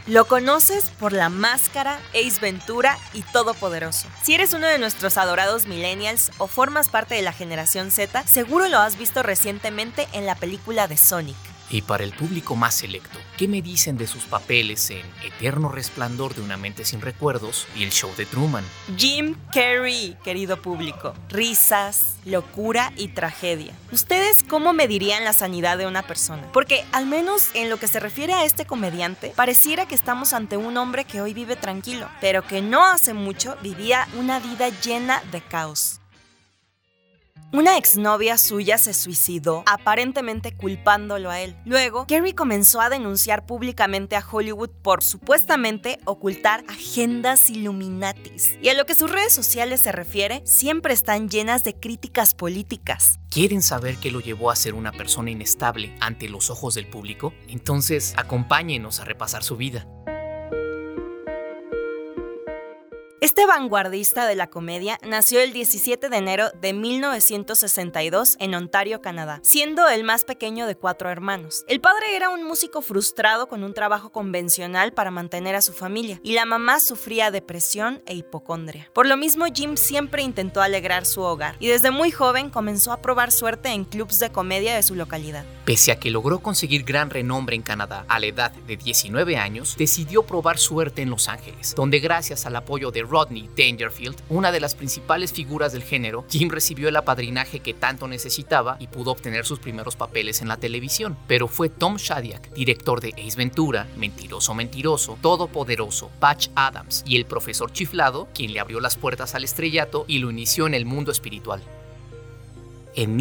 Lo conoces por La Máscara, Ace Ventura y Todopoderoso. Si eres uno de nuestros adorados millennials o formas parte de la generación Z, seguro lo has visto recientemente en la película de Sonic. Y para el público más selecto, ¿qué me dicen de sus papeles en Eterno Resplandor de una mente sin recuerdos y El Show de Truman? Jim Carrey, querido público. Risas, locura y tragedia. ¿Ustedes cómo medirían la sanidad de una persona? Porque, al menos en lo que se refiere a este comediante, pareciera que estamos ante un hombre que hoy vive tranquilo, pero que no hace mucho vivía una vida llena de caos. Una exnovia suya se suicidó, aparentemente culpándolo a él. Luego, Carrey comenzó a denunciar públicamente a Hollywood por supuestamente ocultar agendas Illuminatis. Y a lo que sus redes sociales se refiere, siempre están llenas de críticas políticas. ¿Quieren saber qué lo llevó a ser una persona inestable ante los ojos del público? Entonces, acompáñenos a repasar su vida. Este vanguardista de la comedia nació el 17 de enero de 1962 en Ontario, Canadá, siendo el más pequeño de 4 hermanos. El padre era un músico frustrado con un trabajo convencional para mantener a su familia, y la mamá sufría depresión e hipocondria. Por lo mismo, Jim siempre intentó alegrar su hogar, y desde muy joven comenzó a probar suerte en clubs de comedia de su localidad. Pese a que logró conseguir gran renombre en Canadá a la edad de 19 años, decidió probar suerte en Los Ángeles, donde gracias al apoyo de Rodney Dangerfield, una de las principales figuras del género, Jim recibió el apadrinaje que tanto necesitaba y pudo obtener sus primeros papeles en la televisión. Pero fue Tom Shadyac, director de Ace Ventura, Mentiroso Mentiroso, Todopoderoso, Patch Adams y El Profesor Chiflado, quien le abrió las puertas al estrellato y lo inició en el mundo espiritual. En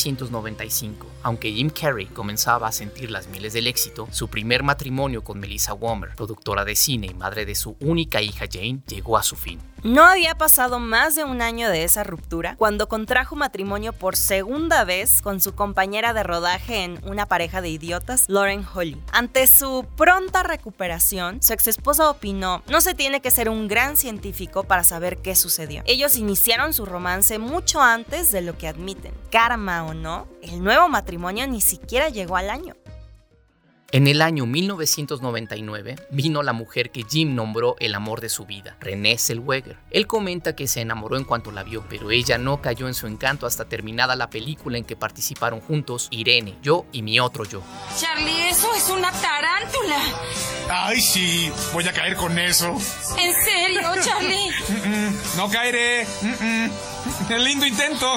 1995, aunque Jim Carrey comenzaba a sentir las mieles del éxito, su primer matrimonio con Melissa Womer, productora de cine y madre de su única hija Jane, llegó a su fin. No había pasado más de un año de esa ruptura cuando contrajo matrimonio por segunda vez con su compañera de rodaje en Una pareja de idiotas, Lauren Holly. Ante su pronta recuperación, su exesposa opinó: no se tiene que ser un gran científico para saber qué sucedió. Ellos iniciaron su romance mucho antes de lo que admiten. Karma o no, el nuevo matrimonio ni siquiera llegó al año. En el año 1999 vino la mujer que Jim nombró el amor de su vida, Renée Zellweger. Él comenta que se enamoró en cuanto la vio, pero ella no cayó en su encanto hasta terminada la película en que participaron juntos Irene, Yo y mi otro yo. Charlie, eso es una tarántula. Ay, sí, voy a caer con eso. ¿En serio, Charlie? No caeré. Lindo intento.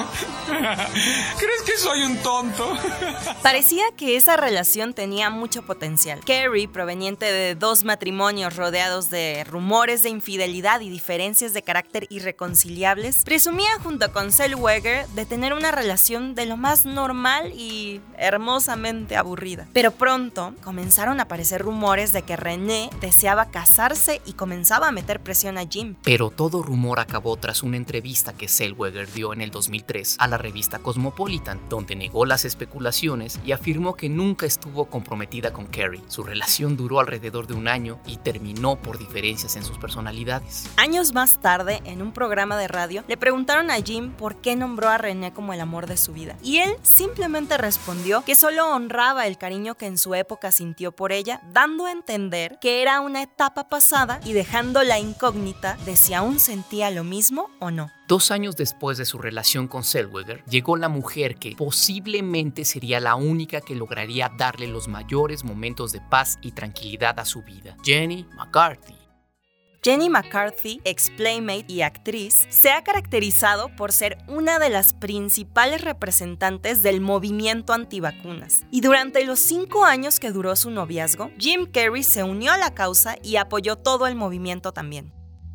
¿Crees que soy un tonto? Parecía que esa relación tenía mucho potencial. Carrey, proveniente de 2 matrimonios rodeados de rumores de infidelidad y diferencias de carácter irreconciliables, presumía junto con Zellweger de tener una relación de lo más normal y hermosamente aburrida. Pero pronto comenzaron a aparecer rumores de que Renée deseaba casarse y comenzaba a meter presión a Jim. Pero todo rumor acabó tras una entrevista que Zellweger dio en el 2003 a la revista Cosmopolitan, donde negó las especulaciones y afirmó que nunca estuvo comprometida con Carrey. Su relación duró alrededor de un año y terminó por diferencias en sus personalidades. Años más tarde, en un programa de radio, le preguntaron a Jim por qué nombró a Renée como el amor de su vida. Y él simplemente respondió que solo honraba el cariño que en su época sintió por ella, dando a entender que era una etapa pasada y dejando la incógnita de si aún sentía lo mismo o no. 2 años después de su relación con Zellweger, llegó la mujer que posiblemente sería la única que lograría darle los mayores momentos de paz y tranquilidad a su vida, Jenny McCarthy. Jenny McCarthy, ex Playmate y actriz, se ha caracterizado por ser una de las principales representantes del movimiento antivacunas. Y durante los 5 años que duró su noviazgo, Jim Carrey se unió a la causa y apoyó todo el movimiento también.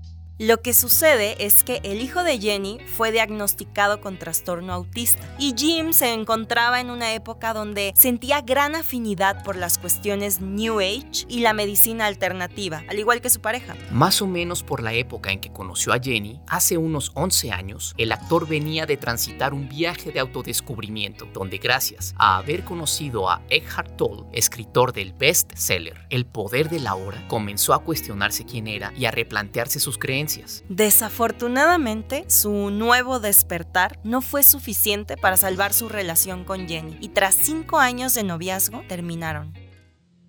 Lo que sucede es que el hijo de Jenny fue diagnosticado con trastorno autista y Jim se encontraba en una época donde sentía gran afinidad por las cuestiones New Age y la medicina alternativa, al igual que su pareja. Más o menos por la época en que conoció a Jenny, hace unos 11 años, el actor venía de transitar un viaje de autodescubrimiento, donde gracias a haber conocido a Eckhart Tolle, escritor del bestseller El poder de la hora, comenzó a cuestionarse quién era y a replantearse sus creencias. Desafortunadamente, su nuevo despertar no fue suficiente para salvar su relación con Jenny y tras 5 años de noviazgo terminaron.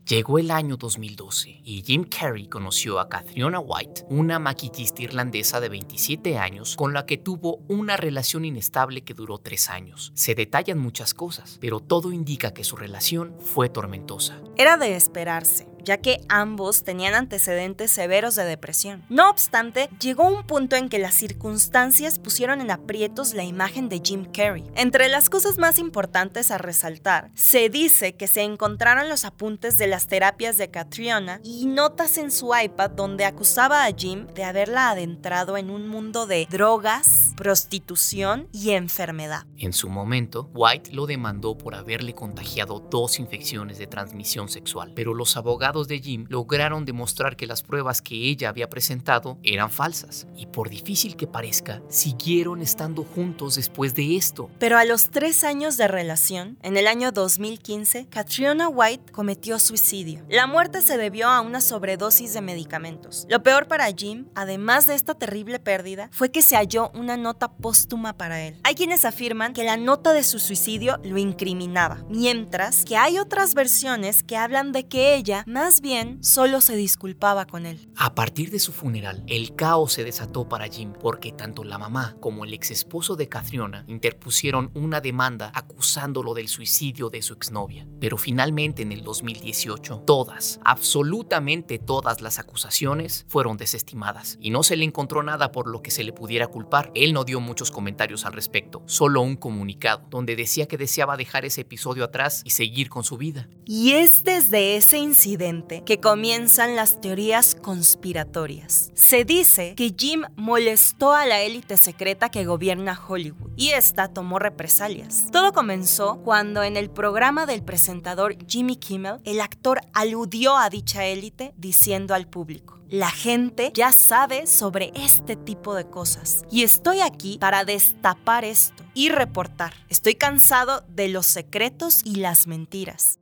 Llegó el año 2012 y Jim Carrey conoció a Catriona White, una maquillista irlandesa de 27 años con la que tuvo una relación inestable que duró 3 años. Se detallan muchas cosas, pero todo indica que su relación fue tormentosa. Era de esperarse, ya que ambos tenían antecedentes severos de depresión. No obstante, llegó un punto en que las circunstancias pusieron en aprietos la imagen de Jim Carrey. Entre las cosas más importantes a resaltar, se dice que se encontraron los apuntes de las terapias de Catriona y notas en su iPad donde acusaba a Jim de haberla adentrado en un mundo de drogas, prostitución y enfermedad. En su momento, White lo demandó por haberle contagiado 2 infecciones de transmisión sexual, pero los abogados de Jim lograron demostrar que las pruebas que ella había presentado eran falsas, y por difícil que parezca, siguieron estando juntos después de esto. Pero a los 3 años de relación, en el año 2015, Catriona White cometió suicidio. La muerte se debió a una sobredosis de medicamentos. Lo peor para Jim, además de esta terrible pérdida, fue que se halló una nota póstuma para él. Hay quienes afirman que la nota de su suicidio lo incriminaba, mientras que hay otras versiones que hablan de que ella, más bien, solo se disculpaba con él. A partir de su funeral, el caos se desató para Jim porque tanto la mamá como el ex esposo de Catriona interpusieron una demanda acusándolo del suicidio de su exnovia. Pero finalmente en el 2018, absolutamente todas las acusaciones fueron desestimadas y no se le encontró nada por lo que se le pudiera culpar. Él no dio muchos comentarios al respecto, solo un comunicado donde decía que deseaba dejar ese episodio atrás y seguir con su vida. Y es desde ese incidente que comienzan las teorías conspiratorias. Se dice que Jim molestó a la élite secreta que gobierna Hollywood y esta tomó represalias. Todo comenzó cuando en el programa del presentador Jimmy Kimmel, el actor aludió a dicha élite diciendo al público: la gente ya sabe sobre este tipo de cosas y estoy aquí para destapar esto y reportar. Estoy cansado de los secretos y las mentiras.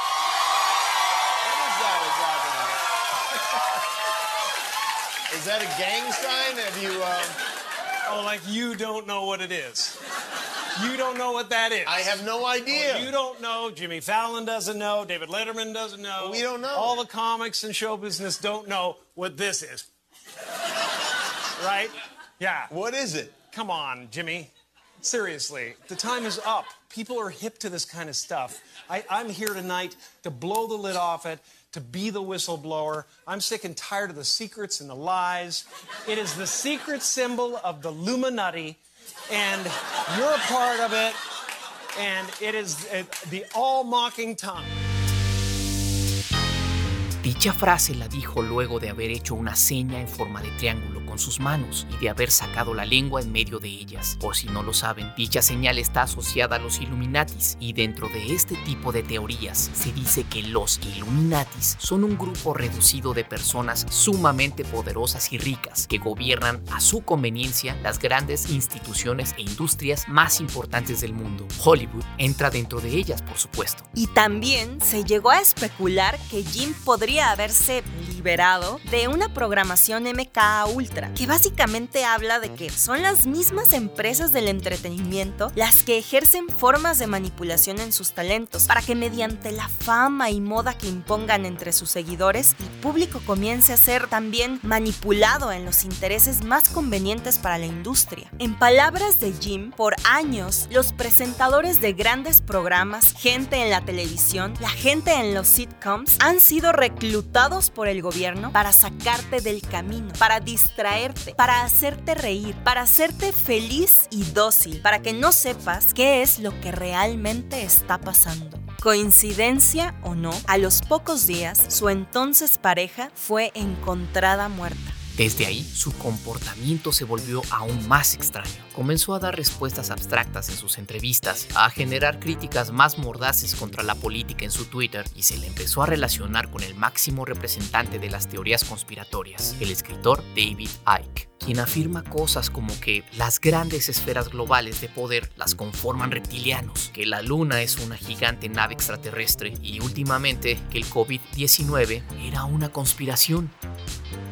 Is that a gang sign? Have you, Oh, like you don't know what it is. You don't know what that is. I have no idea. You don't know. Jimmy Fallon doesn't know. David Letterman doesn't know. We don't know. All the comics and show business don't know what this is. Right? Yeah. What is it? Come on, Jimmy. Seriously, the time is up. People are hip to this kind of stuff. I'm here tonight to blow the lid off it, to be the whistleblower. I'm sick and tired of the secrets and the lies. It is the secret symbol of the Illuminati, and you're a part of it, and it is the all-mocking tongue. Dicha frase la dijo luego de haber hecho una seña en forma de triángulo con sus manos y de haber sacado la lengua en medio de ellas. Por si no lo saben, dicha señal está asociada a los Illuminatis y dentro de este tipo de teorías se dice que los Illuminatis son un grupo reducido de personas sumamente poderosas y ricas que gobiernan a su conveniencia las grandes instituciones e industrias más importantes del mundo. Hollywood entra dentro de ellas, por supuesto. Y también se llegó a especular que Jim podría haberse liberado de una programación MK Ultra, que básicamente habla de que son las mismas empresas del entretenimiento las que ejercen formas de manipulación en sus talentos para que mediante la fama y moda que impongan entre sus seguidores, el público comience a ser también manipulado en los intereses más convenientes para la industria. En palabras de Jim, por años, los presentadores de grandes programas, gente en la televisión, la gente en los sitcoms, han sido reclutados por el gobierno para sacarte del camino, para distraerte, para hacerte reír, para hacerte feliz y dócil, para que no sepas qué es lo que realmente está pasando. Coincidencia o no, a los pocos días, su entonces pareja fue encontrada muerta. Desde ahí, su comportamiento se volvió aún más extraño. Comenzó a dar respuestas abstractas en sus entrevistas, a generar críticas más mordaces contra la política en su Twitter y se le empezó a relacionar con el máximo representante de las teorías conspiratorias, el escritor David Icke, quien afirma cosas como que las grandes esferas globales de poder las conforman reptilianos, que la luna es una gigante nave extraterrestre y últimamente que el COVID-19 era una conspiración.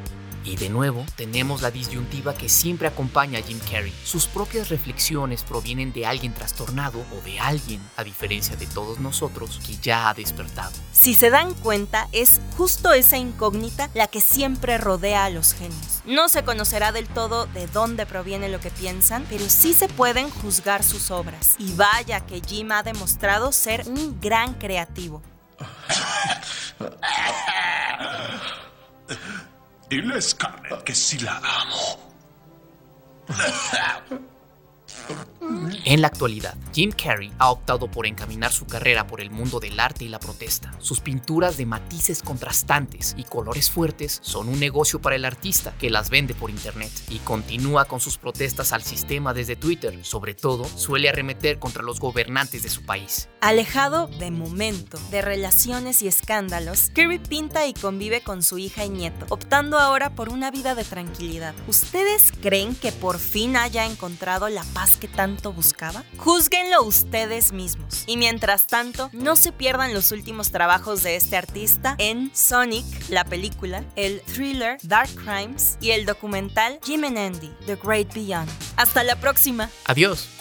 Y de nuevo, tenemos la disyuntiva que siempre acompaña a Jim Carrey. Sus propias reflexiones provienen de alguien trastornado o de alguien, a diferencia de todos nosotros, que ya ha despertado. Si se dan cuenta, es justo esa incógnita la que siempre rodea a los genios. No se conocerá del todo de dónde proviene lo que piensan, pero sí se pueden juzgar sus obras. Y vaya que Jim ha demostrado ser un gran creativo. Dile a Scarlett que sí la amo. En la actualidad, Jim Carrey ha optado por encaminar su carrera por el mundo del arte y la protesta. Sus pinturas de matices contrastantes y colores fuertes son un negocio para el artista que las vende por internet y continúa con sus protestas al sistema desde Twitter. Sobre todo, suele arremeter contra los gobernantes de su país. Alejado, de momento, de relaciones y escándalos, Carrey pinta y convive con su hija y nieto, optando ahora por una vida de tranquilidad. ¿Ustedes creen que por fin haya encontrado la paz que tanto buscaba? Júzguenlo ustedes mismos. Y mientras tanto, no se pierdan los últimos trabajos de este artista en Sonic, la película, el thriller Dark Crimes y el documental Jim and Andy, The Great Beyond. Hasta la próxima. Adiós.